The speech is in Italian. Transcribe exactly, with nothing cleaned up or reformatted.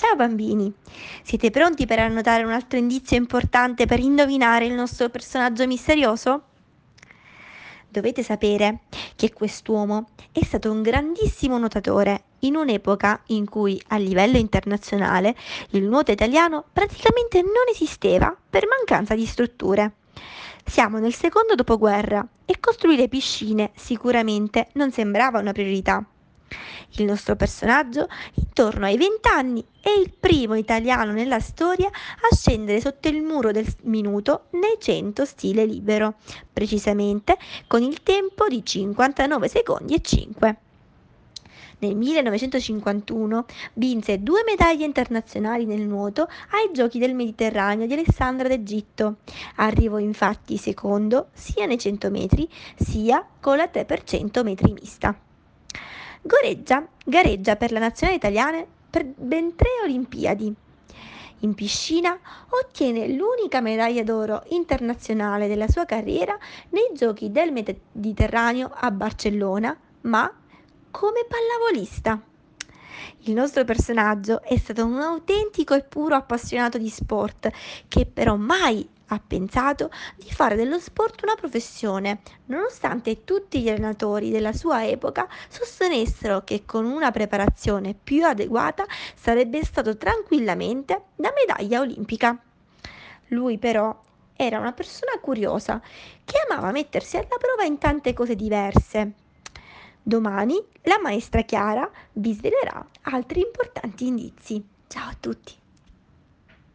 Ciao bambini, siete pronti per annotare un altro indizio importante per indovinare il nostro personaggio misterioso? Dovete sapere che quest'uomo è stato un grandissimo nuotatore in un'epoca in cui a livello internazionale il nuoto italiano praticamente non esisteva per mancanza di strutture. Siamo nel secondo dopoguerra e costruire piscine sicuramente non sembrava una priorità. Il nostro personaggio, intorno ai venti anni, è il primo italiano nella storia a scendere sotto il muro del minuto nei cento stile libero, precisamente con il tempo di cinquantanove secondi e cinque. Nel millenovecentocinquantuno vinse due medaglie internazionali nel nuoto ai Giochi del Mediterraneo di Alessandria d'Egitto. Arrivò infatti secondo sia nei cento metri sia con la tre per cento metri mista. Goreggia, gareggia per la nazionale italiana per ben tre Olimpiadi. In piscina ottiene l'unica medaglia d'oro internazionale della sua carriera nei Giochi del Mediterraneo a Barcellona, ma come pallavolista. Il nostro personaggio è stato un autentico e puro appassionato di sport, che però mai ha pensato di fare dello sport una professione, nonostante tutti gli allenatori della sua epoca sostenessero che con una preparazione più adeguata sarebbe stato tranquillamente da medaglia olimpica. Lui però era una persona curiosa che amava mettersi alla prova in tante cose diverse. Domani la maestra Chiara vi svelerà altri importanti indizi. Ciao a tutti!